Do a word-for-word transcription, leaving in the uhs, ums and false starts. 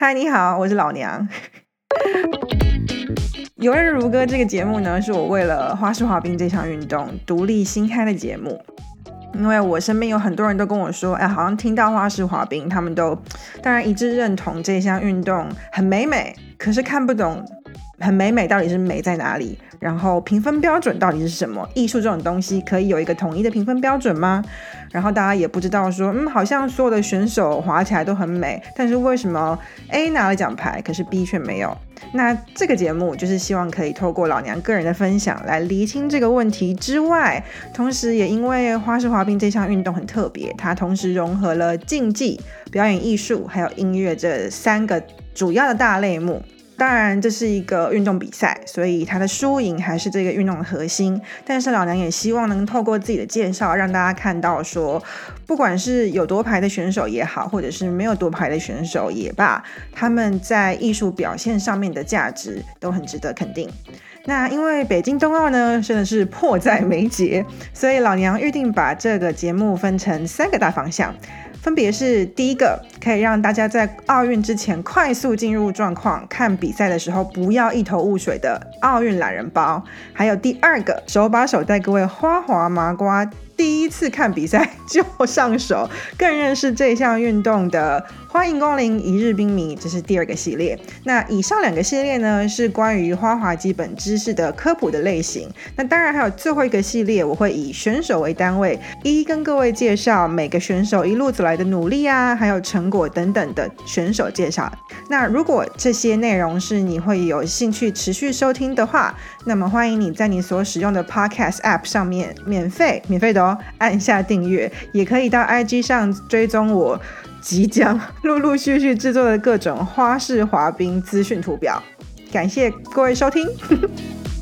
嗨，你好，我是老娘。游刃如歌这个节目呢，是我为了花式滑冰这项运动独立新开的节目。因为我身边有很多人都跟我说，哎，好像听到花式滑冰，他们都当然一致认同这项运动很美美，可是看不懂很美美到底是美在哪里，然后评分标准到底是什么？艺术这种东西可以有一个统一的评分标准吗？然后大家也不知道说，嗯，好像所有的选手滑起来都很美，但是为什么 A 拿了奖牌，可是 B 却没有？那这个节目就是希望可以透过老娘个人的分享来厘清这个问题之外，同时也因为花式滑冰这项运动很特别，它同时融合了竞技、表演艺术还有音乐这三个主要的大类目。当然这是一个运动比赛，所以它的输赢还是这个运动的核心，但是老娘也希望能透过自己的介绍让大家看到说，不管是有夺牌的选手也好，或者是没有夺牌的选手也罢，他们在艺术表现上面的价值都很值得肯定。那因为北京冬奥呢真的是迫在眉睫，所以老娘预定把这个节目分成三个大方向，分别是第一个，可以让大家在奥运之前快速进入状况，看比赛的时候不要一头雾水的奥运懒人包；还有第二个，手把手带各位花滑麻瓜第一次看比赛就上手，更认识这项运动的欢迎光临一日冰迷，这是第二个系列。那以上两个系列呢，是关于花滑基本知识的科普的类型。那当然还有最后一个系列，我会以选手为单位，一一跟各位介绍每个选手一路走来的努力啊，还有成果等等的选手介绍。那如果这些内容是你会有兴趣持续收听的话，那么欢迎你在你所使用的 Podcast App 上面免费免费的哦，按下订阅，也可以到 I G 上追踪我即将陆陆续续制作的各种花式滑冰资讯图表。感谢各位收听。